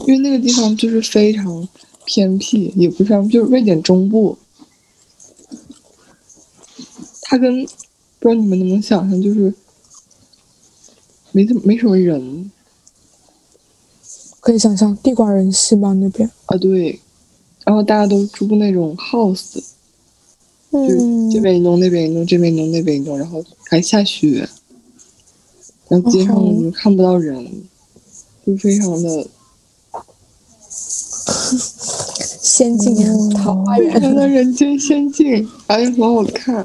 因为那个地方就是非常偏僻，也不是就是瑞典中部。它跟不知道你们能不能想象，就是没什么人。 可以想象地广人稀吧那边啊，对，然后大家都住那种 house，就是这边一栋那边一栋，这边一栋那边一栋，然后还下雪，然后街上就看不到人，就非常的仙境桃花非常源。 的人间仙境，而且很好看。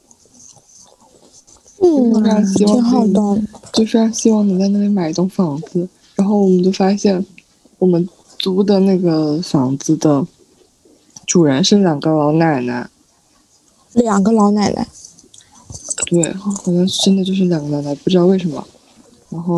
非常希望挺好的， 就非常希望能在那里买一栋房子。然后我们就发现，我们租的那个房子的主人是2个老奶奶。 2个老奶奶。 对，好像真的就是2个奶奶，不知道为什么。然后，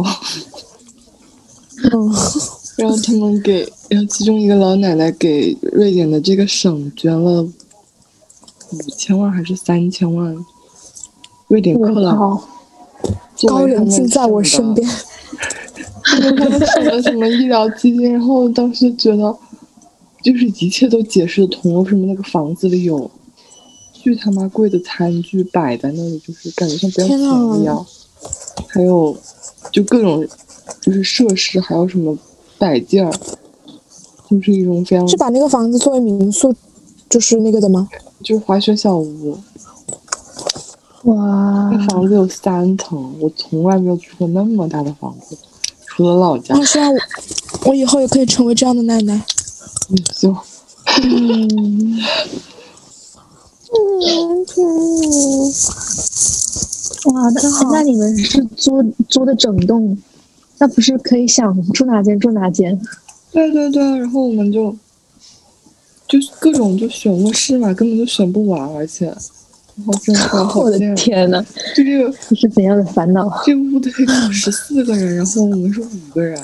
然后他们然后其中一个老奶奶给瑞典的这个省捐了5000万还是3000万瑞典克朗， 高人尽在我身边。 他们省了什么医疗基金，然后当时觉得，就是一切都解释得通。为什么那个房子里有巨他妈贵的餐具摆在那里，就是感觉像不要钱一样。还有，就各种就是设施，还有什么摆件儿，就是一种非常。 是把那个房子作为民宿，就是那个的吗？ 就是滑雪小屋。 哇！ 那房子有3层，我从来没有住过那么大的房子。除了老家， 希望我以后也可以成为这样的奶奶。 希望。 哇，那你们是租的整栋，那不是可以想住哪间住哪间？ 对，然后我们就各种就选卧室嘛，根本就选不完，而且。然后真的好我的天呐， 就这个是怎样的烦恼？ 这个屋子可以住14个人，然后我们是5个人。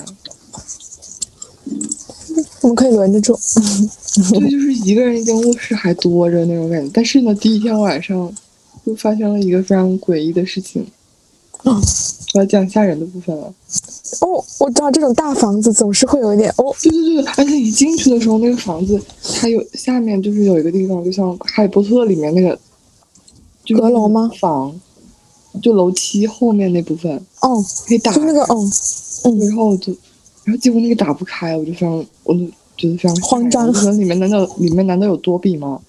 我们可以轮着住。 对，就是1个人一间卧室还多着那种感觉。但是呢，第一天晚上就发生了一个非常诡异的事情。我要讲吓人的部分了。 我知道这种大房子总是会有一点对，而且一进去的时候，那个房子它下面就是有一个地方，就像《哈利波特》里面那个。 阁楼吗？ 房，就楼梯后面那部分。可以打。 就那个然后结果那个打不开，我就觉得非常慌张。 里面难道有多比吗？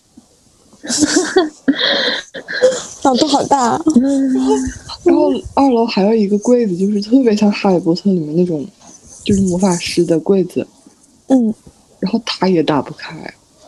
脑洞好大。 然后2楼还有一个柜子，就是特别像《哈利波特》里面那种，就是魔法师的柜子。然后它也打不开。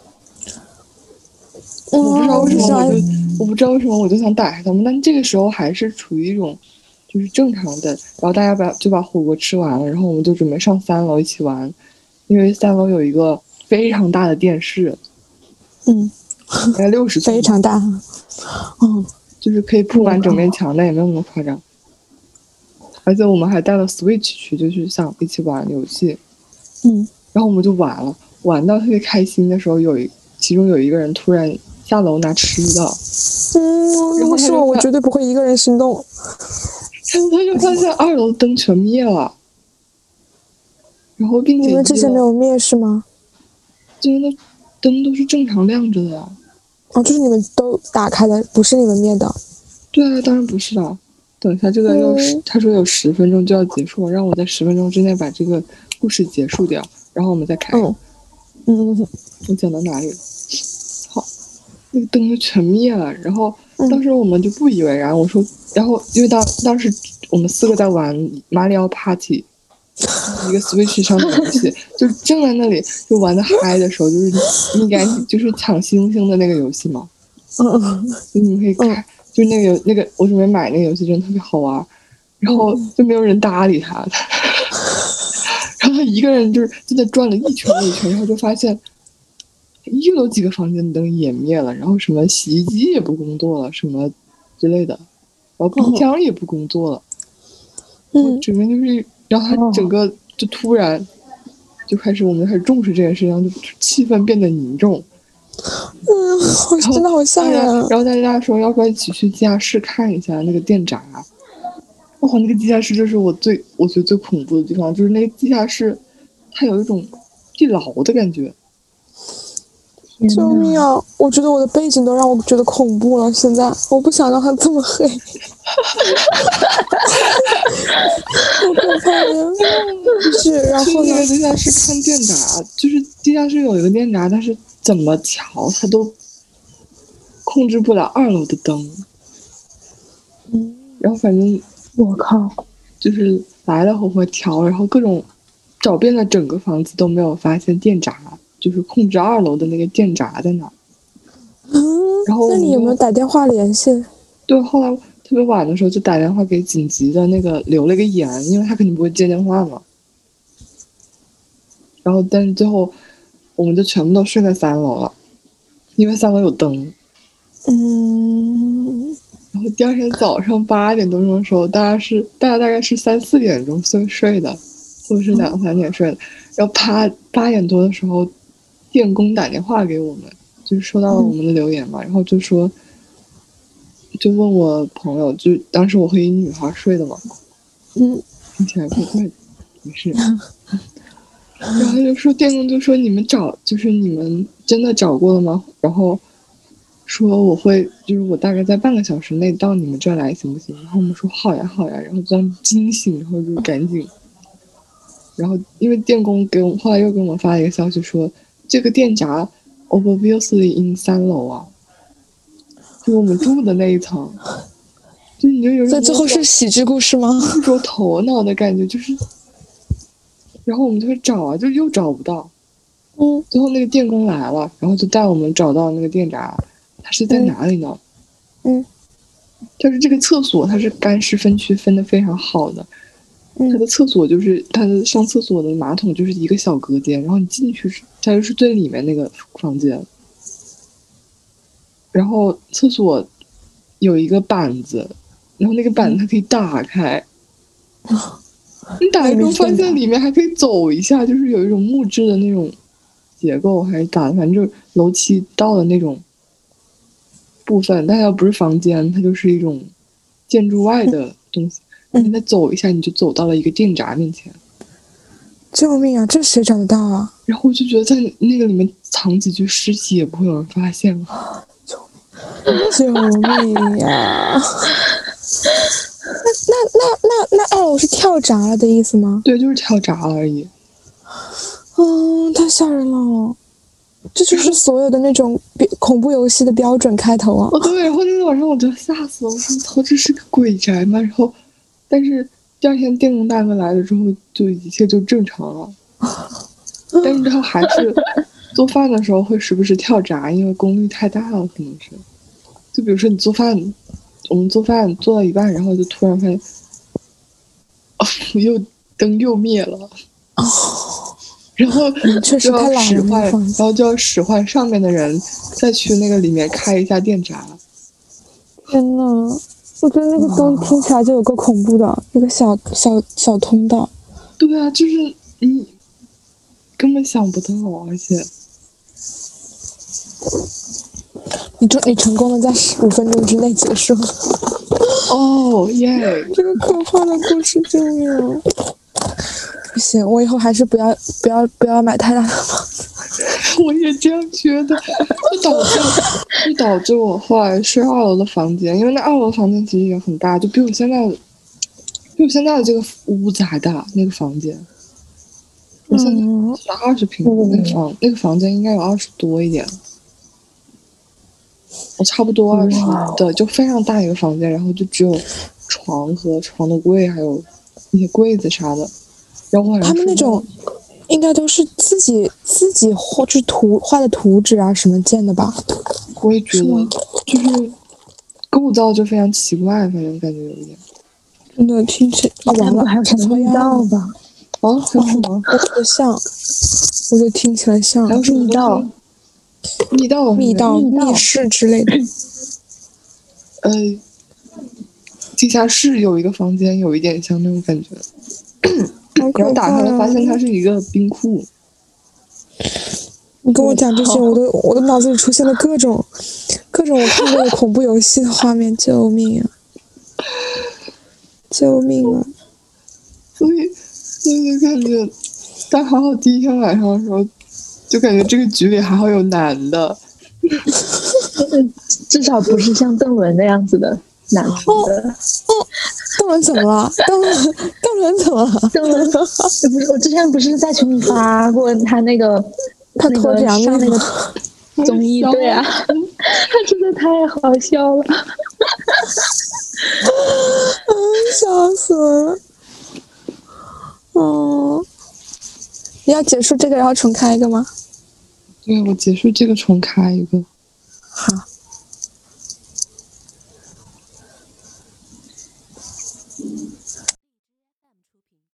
我不知道为什么我就想打开它们，但这个时候还是处于一种就是正常的。然后大家把火锅吃完了，然后我们就准备上3楼一起玩，因为3楼有一个非常大的电视，大概60寸， 非常大， 就是可以铺满整面墙，但也没有那么夸张。而且我们还带了 Switch 去，就是想一起玩游戏，然后我们就玩到特别开心的时候，其中有一个人突然下楼拿吃的， 如果是我绝对不会一个人行动。 然后他就发现2楼灯全灭了，然后并且你们之前没有灭是吗？ 就是那灯都是正常亮着的呀。 就是你们都打开了，不是你们灭的？ 对啊，当然不是了。等一下，这个他说有10分钟就要结束，让我在10分钟之内把这个故事结束掉，然后我们再开。我讲到哪里了？好，那个灯就全灭了，然后当时我们就不以为然。我说，然后因为当时我们4个在玩马里奥 Party， 一个 Switch 上的游戏，就正在那里就玩的嗨的时候，就是应该就是抢星星的那个游戏嘛。就你们可以看，就那个我准备买那个游戏，真的特别好玩，然后就没有人搭理他。然后他一个人就是在那转了一圈，然后就发现1楼几个房间的灯也灭了，然后什么洗衣机也不工作了，什么之类的，然后冰箱也不工作了。整个就是，然后他整个就突然我们就开始重视这件事，然后就气氛变得凝重。 真的好吓人。 然后大家说，要不然一起去地下室看一下那个电闸。那个地下室就是我觉得最恐怖的地方，就是那个地下室， 它有一种地牢的感觉。 救命啊！我觉得我的背景都让我觉得恐怖了。现在我不想让它这么黑，好可怕呀！是，然后呢？ 那个地下室看电闸，就是地下室有一个电闸，但是怎么调它都控制不了2楼的灯。然后反正我靠， 就是来来回回调，然后各种找遍了整个房子都没有发现电闸。就是控制2楼的那个电闸在哪？然后那你有没有打电话联系？ 对，后来特别晚的时候就打电话给紧急的那个留了个言，因为他肯定不会接电话嘛。然后但是最后我们就全部都睡在3楼了，因为3楼有灯。然后第二天早上8点多钟的时候，大家大概是3、4点钟睡的，或者是2、3点睡的。然后8点多的时候。电工打电话给我们，就是收到了我们的留言嘛，然后就说，就问我朋友，就当时我和一女孩睡的嘛，听起来怪怪的，没事。然后就说电工就说你们真的找过了吗？然后说就是我大概在半个小时内到你们这儿来行不行？然后我们说好呀好呀，然后这样惊醒，然后就赶紧，然后因为电工后来又给我们发了一个消息说。这个电闸 obviously in 3楼啊，就是我们住的那一层，就你就有一种。 所以最后是喜剧故事吗？ 摸着头脑的感觉，就是，然后我们就会找啊，就又找不到。最后那个电工来了，然后就带我们找到那个电闸，它是在哪里呢？但是这个厕所它是干湿分区分得非常好的。它的厕所就是它的上厕所的马桶就是一个小隔间，然后你进去它就是最里面那个房间，然后厕所有一个板子，然后那个板子它可以打开，你打开之后发现里面还可以走一下，就是有一种木质的那种结构，还是反正就是楼梯道的那种部分，但它不是房间，它就是一种建筑外的东西。你再走一下，你就走到了一个电闸面前。 救命啊！这谁找得到啊？ 然后我就觉得在那个里面藏几具尸体也不会有人发现了。 救命呀！那2楼是跳闸了的意思吗？ 对，就是跳闸而已。 太吓人了！这就是所有的那种恐怖游戏的标准开头啊！ 对，然后那天晚上我就吓死了，我说操，这是个鬼宅吗？然后。但是第二天电工大哥来了之后，就一切就正常了。但是他还是做饭的时候会时不时跳闸，因为功率太大了，可能是。就比如说你做饭，我们做饭做到一半，然后就突然发现，灯又灭了。然后就要使唤，然后就要使唤上面的人再去那个里面开一下电闸。 天呐！我觉得那个灯听起来就有够恐怖的，一个小通道。 对啊，就是你根本想不到，而且你成功的在15分钟之内结束。 哦耶！ 这个可怕的故事，救命！不行，我以后还是不要买太大的房子。 我也这样觉得，就导致我后来睡2楼的房间，因为那2楼房间其实也很大，就比我现在的这个屋子还大。那个房间，我现在是20平，那个房间应该有20多一点，我差不多20的，就非常大一个房间，然后就只有床和床的柜，还有一些柜子啥的。然后他们那种应该都是自己画的图纸啊什么建的吧？ 我也觉得，就是构造就非常奇怪，反正感觉有一点。 真的听起来完了， 还有什么味道吧？ 啊，还有什么？ 我觉得像，我觉得听起来像。 还有密道、 密室之类的。 地下室有一个房间，有一点像那种感觉。然后打开了，发现它是一个冰库。 你跟我讲这些，我的脑子里出现了各种我看过的恐怖游戏的画面，救命啊！救命啊！ 所以就感觉但还好第一天晚上的时候，就感觉这个局里还好有男的， 至少不是像邓伦那样子的男的。 邓伦怎么了？邓伦怎么了？ 邓伦不是，我之前不是在群里发过他那个他脱着羊上那个综艺，对啊，他真的太好笑了， 笑死我了。你要结束这个，然后重开一个吗？ 对，我结束这个重开一个。 好。